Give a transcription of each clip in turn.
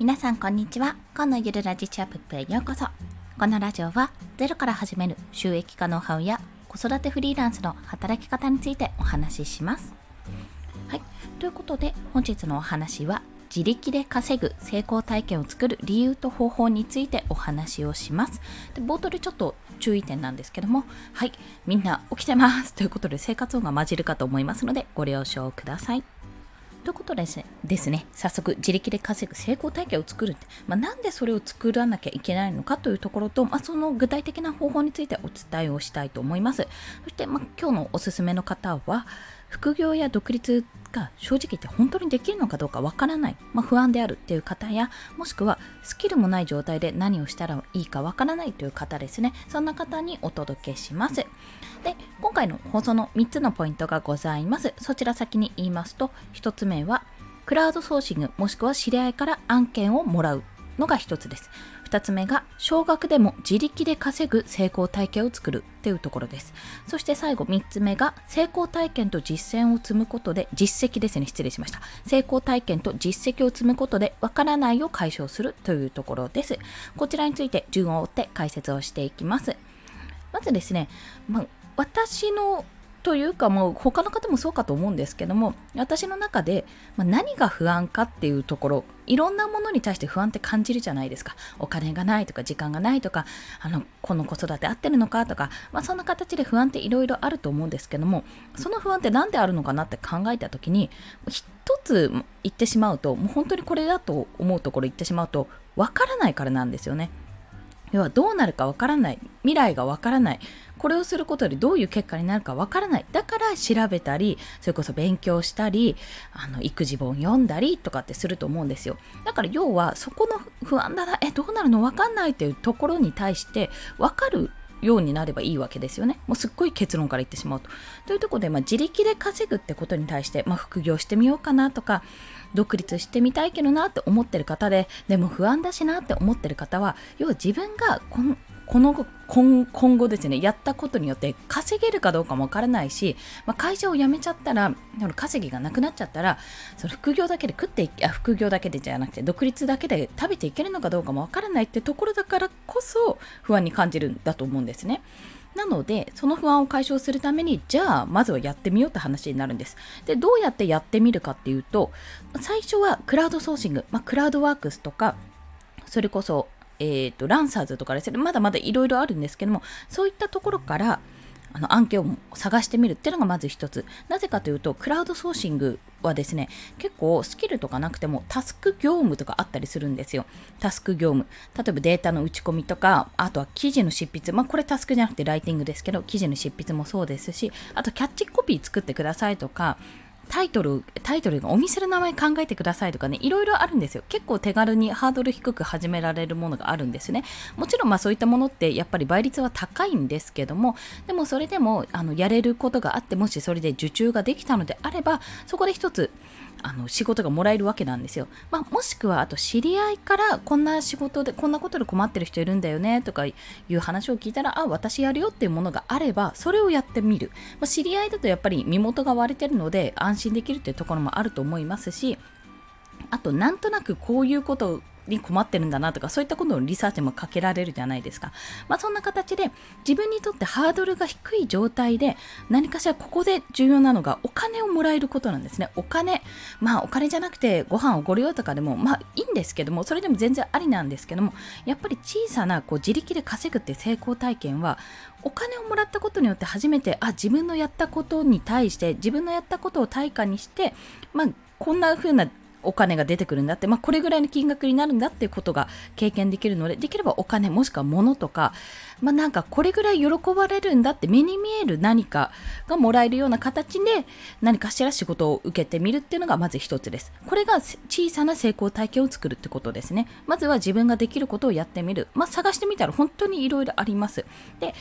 皆さんこんにちは。今のゆるラジチャップへようこそ。このラジオはゼロから始める収益化ノウハウや子育てフリーランスの働き方についてお話しします。はい、ということで本日のお話は自力で稼ぐ成功体験を作る理由と方法についてお話をします。で、冒頭でちょっと注意点なんですけども、はい、みんな起きてますということで生活音が混じるかと思いますのでご了承ください。ということでですね、早速自力で稼ぐ成功体験を作るって、なんでそれを作らなきゃいけないのかというところと、その具体的な方法についてお伝えをしたいと思います。そして、今日のおすすめの方は、副業や独立が正直言って本当にできるのかどうかわからない、不安であるっていう方や、もしくはスキルもない状態で何をしたらいいかわからないという方ですね。そんな方にお届けします。で、今回の放送の3つのポイントがございます。そちら先に言いますと、1つ目はクラウドソーシングもしくは知り合いから案件をもらうのが1つです。2つ目が少額でも自力で稼ぐ成功体験を作るというところです。そして最後3つ目が成功体験と実践を積むことで、実績ですね、失礼しました。成功体験と実績を積むことでわからないを解消するというところです。こちらについて順を追って解説をしていきます。まずですね、私のというか他の方もそうかと思うんですけども、私の中で、何が不安かっていうところ、いろんなものに対して不安って感じるじゃないですか。お金がないとか時間がないとか、この子育て合ってるのかとか、そんな形で不安っていろいろあると思うんですけども、その不安って何であるのかなって考えた時に、一つ言ってしまうと、もう本当にこれだと思うところ言ってしまうと、わからないからなんですよね。要はどうなるかわからない、未来がわからない、これをすることでどういう結果になるかわからない、だから調べたり、それこそ勉強したり、育児本読んだりとかってすると思うんですよ。だから要はそこの不安だな、どうなるのわかんないっていうところに対してわかるようになればいいわけですよね。もうすっごい結論から言ってしまうと。というところで、自力で稼ぐってことに対して、副業してみようかなとか、独立してみたいけどなって思ってる方で、でも不安だしなって思ってる方は、要は自分が今後ですね、やったことによって稼げるかどうかもわからないし、会社を辞めちゃったら、稼ぎがなくなっちゃったら、その副業だけで副業だけでじゃなくて独立だけで食べていけるのかどうかもわからないってところだからこそ不安に感じるんだと思うんですね。なので、その不安を解消するために、じゃあまずはやってみようって話になるんです。で、どうやってやってみるかっていうと、最初はクラウドソーシング、クラウドワークスとか、それこそランサーズとかですね、まだまだいろいろあるんですけども、そういったところから案件を探してみるっていうのがまず一つ。なぜかというと、クラウドソーシングはですね、結構スキルとかなくてもタスク業務とかあったりするんですよ。タスク業務。例えばデータの打ち込みとか、あとは記事の執筆。これタスクじゃなくてライティングですけど、記事の執筆もそうですし、あとキャッチコピー作ってくださいとか、タイトルがお店の名前考えてくださいとかね、いろいろあるんですよ。結構手軽にハードル低く始められるものがあるんですね。もちろんそういったものってやっぱり倍率は高いんですけども、でもそれでもやれることがあって、もしそれで受注ができたのであれば、そこで一つ仕事がもらえるわけなんですよ。もしくはあと知り合いからこんな仕事でこんなことで困ってる人いるんだよねとかいう話を聞いたら、私やるよっていうものがあればそれをやってみる。知り合いだとやっぱり身元が割れてるので安心できるっていうところもあると思いますし、あとなんとなくこういうことに困ってるんだなとか、そういったことのリサーチもかけられるじゃないですか。そんな形で自分にとってハードルが低い状態で、何かしらここで重要なのがお金をもらえることなんですね。お金じゃなくてご飯をご利用とかでもいいんですけども、それでも全然ありなんですけども、やっぱり小さな自力で稼ぐって成功体験は、お金をもらったことによって初めて自分のやったことに対して自分のやったことを対価にして、こんな風なお金が出てくるんだって、これぐらいの金額になるんだっていうことが経験できるので、できればお金もしくは物とか、なんかこれぐらい喜ばれるんだって目に見える何かがもらえるような形で何かしら仕事を受けてみるっていうのがまず一つです。これが小さな成功体験を作るってことですね。まずは自分ができることをやってみる。探してみたら本当にいろいろあります。で、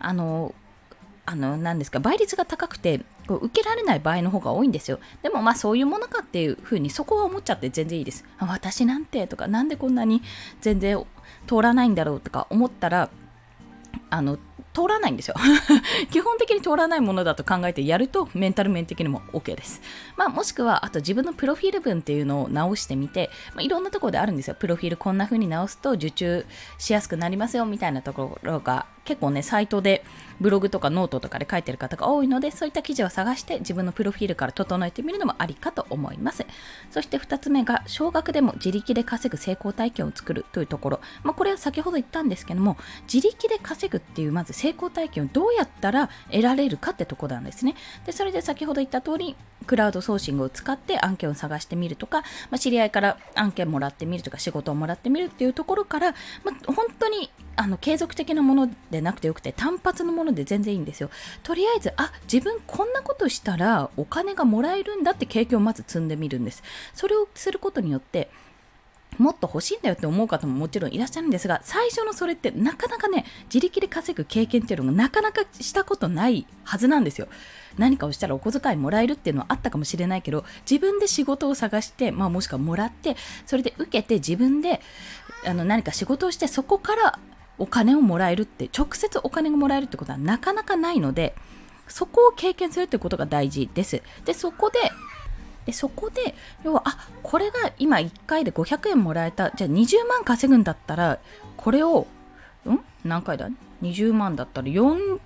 何ですか、倍率が高くて受けられない場合の方が多いんですよ。でもそういうものかっていうふうにそこは思っちゃって全然いいです。私なんてとか、なんでこんなに全然通らないんだろうとか思ったら、 通らないんですよ基本的に通らないものだと考えてやるとメンタル面的にも OK です。もしくはあと自分のプロフィール文っていうのを直してみて、いろんなところであるんですよ。プロフィールこんな風に直すと受注しやすくなりますよみたいなところが結構ね、サイトでブログとかノートとかで書いてる方が多いので、そういった記事を探して自分のプロフィールから整えてみるのもありかと思います。そして2つ目が少額でも自力で稼ぐ成功体験を作るというところ。これは先ほど言ったんですけども、自力で稼ぐっていうまず成功体験をどうやったら得られるかってところなんですね。で、それで先ほど言った通りクラウドソーシングを使って案件を探してみるとか、知り合いから案件もらってみるとか仕事をもらってみるっていうところから、本当に継続的なものでなくてよくて単発のもので全然いいんですよ。とりあえず自分こんなことしたらお金がもらえるんだって経験をまず積んでみるんです。それをすることによってもっと欲しいんだよって思う方ももちろんいらっしゃるんですが、最初のそれってなかなかね、自力で稼ぐ経験っていうのがなかなかしたことないはずなんですよ。何かをしたらお小遣いもらえるっていうのはあったかもしれないけど、自分で仕事を探して、もしくはもらって、それで受けて自分で何か仕事をしてそこからお金をもらえるって、直接お金がもらえるってことはなかなかないので、そこを経験するってことが大事です。で、そこで要はこれが今1回で500円もらえた、じゃあ20万稼ぐんだったらこれを何回だ20万だったら400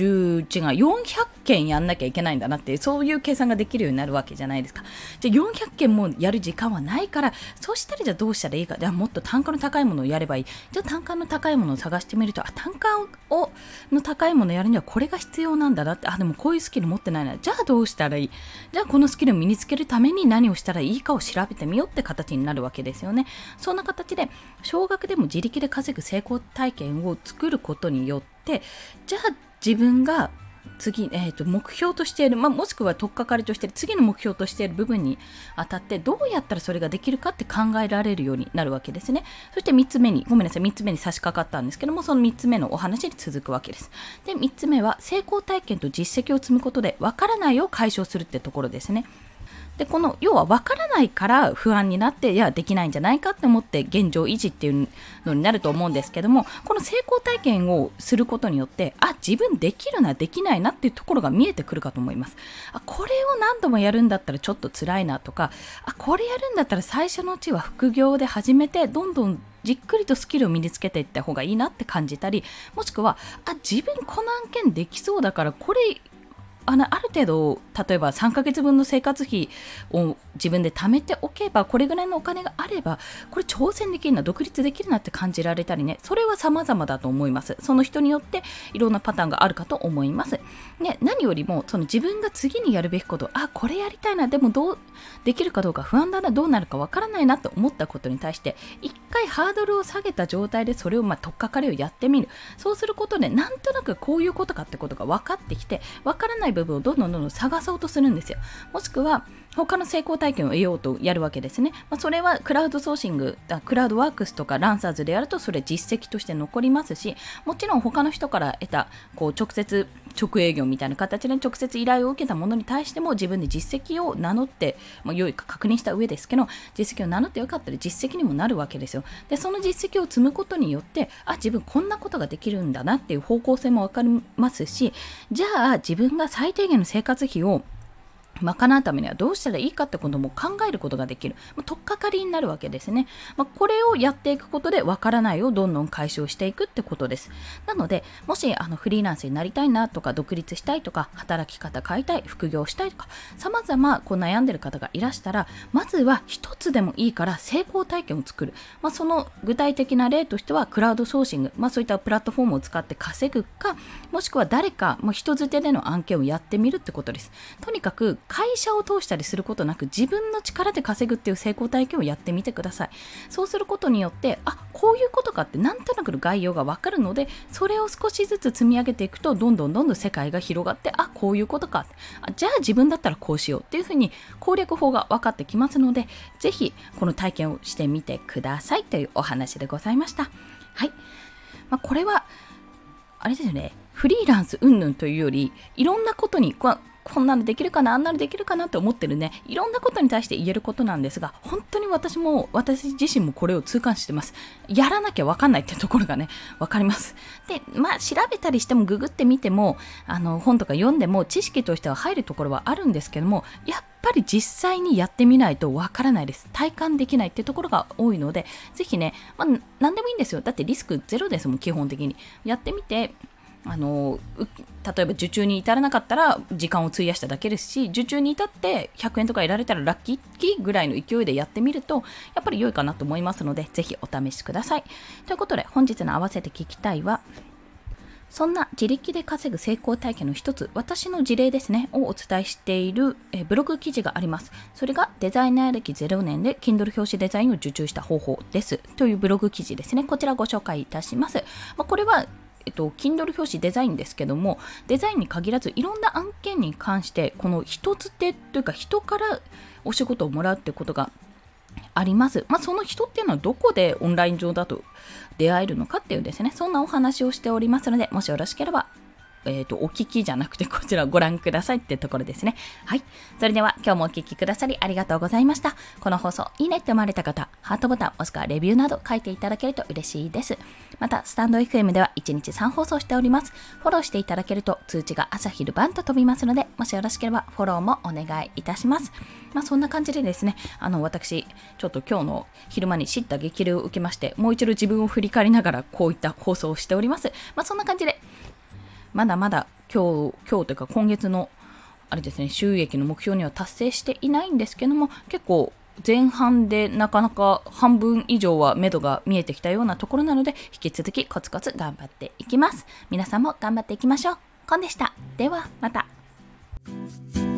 件やんなきゃいけないんだなって、そういう計算ができるようになるわけじゃないですか。じゃあ400件もやる時間はないから、そうしたらじゃあどうしたらいいか、じゃあもっと単価の高いものをやればいい。じゃあ単価の高いものを探してみると、単価の高いものをやるにはこれが必要なんだなって、でもこういうスキル持ってないな、じゃあどうしたらいい、じゃあこのスキルを身につけるために何をしたらいいかを調べてみようって形になるわけですよね。そんな形で少額でも自力で稼ぐ成功体験を作ることによって、じゃあ自分が次、目標としている、もしくは取っかかりとしている次の目標としている部分にあたってどうやったらそれができるかって考えられるようになるわけですね。そして3つ目に差し掛かったんですけども、その3つ目のお話に続くわけです。で、3つ目は成功体験と実績を積むことでわからないを解消するってところですね。で、この要は分からないから不安になって、できないんじゃないかって思って現状維持っていうのになると思うんですけども、この成功体験をすることによって自分できるなできないなっていうところが見えてくるかと思います。これを何度もやるんだったらちょっと辛いなとか、これやるんだったら最初のうちは副業で始めてどんどんじっくりとスキルを身につけていった方がいいなって感じたり、もしくは自分この案件できそうだからこれある程度例えば3ヶ月分の生活費を自分で貯めておけば、これぐらいのお金があればこれ挑戦できるな、独立できるなって感じられたりね、それは様々だと思います。その人によっていろんなパターンがあるかと思います。ね、何よりもその自分が次にやるべきこと、これやりたいな、でもどうできるかどうか不安だな、どうなるかわからないなと思ったことに対して一回ハードルを下げた状態でそれを取っかかりをやってみる。そうすることでなんとなくこういうことかってことが分かってきて、分からない部分をどんどん探そうとするんですよ。もしくは他の成功体験を得ようとやるわけですね。それはクラウドソーシング、クラウドワークスとかランサーズでやるとそれ実績として残りますし、もちろん他の人から得た直接直営業みたいな形で直接依頼を受けたものに対しても自分で実績を名乗って、良いか確認した上ですけど、実績を名乗ってよかったら実績にもなるわけですよ。で、その実績を積むことによって自分こんなことができるんだなっていう方向性も分かりますし、じゃあ自分が最低限の生活費を賄うためにはどうしたらいいかってことも考えることができる、取っかかりになるわけですね。これをやっていくことでわからないをどんどん解消していくってことです。なので、もしフリーランスになりたいなとか、独立したいとか、働き方変えたい、副業したいとか、様々悩んでる方がいらしたら、まずは一つでもいいから成功体験を作る。その具体的な例としてはクラウドソーシング、そういったプラットフォームを使って稼ぐか、もしくは誰か人づてでの案件をやってみるってことです。とにかく会社を通したりすることなく自分の力で稼ぐっていう成功体験をやってみてください。そうすることによってこういうことかってなんとなくの概要がわかるので、それを少しずつ積み上げていくとどんどん世界が広がって、こういうことか、じゃあ自分だったらこうしようっていうふうに攻略法が分かってきますので、ぜひこの体験をしてみてくださいというお話でございました。はい、これはあれですよね、フリーランス云々というよりいろんなことにこんなのできるかな、あんなのできるかなって思ってるね、いろんなことに対して言えることなんですが、本当に私自身もこれを痛感してます。やらなきゃ分かんないってところがね、分かります。で、調べたりしてもググってみても、本とか読んでも知識としては入るところはあるんですけども、やっぱり実際にやってみないと分からないです。体感できないってところが多いので、ぜひね、何でもいいんですよ。だってリスクゼロですもん、基本的に。やってみて、例えば受注に至らなかったら時間を費やしただけですし、受注に至って100円とか得られたらラッキーぐらいの勢いでやってみるとやっぱり良いかなと思いますので、ぜひお試しください。ということで、本日の合わせて聞きたいは、そんな自力で稼ぐ成功体験の一つ、私の事例ですねをお伝えしているブログ記事があります。それがデザイナー歴0年で Kindle 表紙デザインを受注した方法ですというブログ記事ですね。こちらご紹介いたします。これはKindle 表紙デザインですけども、デザインに限らずいろんな案件に関してこの人づてというか人からお仕事をもらうってことがあります。その人っていうのはどこでオンライン上だと出会えるのかっていうですね、そんなお話をしておりますので、もしよろしければお聞きじゃなくてこちらをご覧くださいってところですね。はい。それでは今日もお聞きくださりありがとうございました。この放送いいねって思われた方、ハートボタンもしくはレビューなど書いていただけると嬉しいです。またスタンド FM では1日3放送しております。フォローしていただけると通知が朝昼晩と飛びますので、もしよろしければフォローもお願いいたします。そんな感じでですね、私ちょっと今日の昼間に叱咤激励を受けまして、もう一度自分を振り返りながらこういった放送をしております。そんな感じでまだまだ今日というか今月のあれですね、収益の目標には達成していないんですけども、結構前半でなかなか半分以上は目処が見えてきたようなところなので、引き続きコツコツ頑張っていきます。皆さんも頑張っていきましょう。コンでした。ではまた。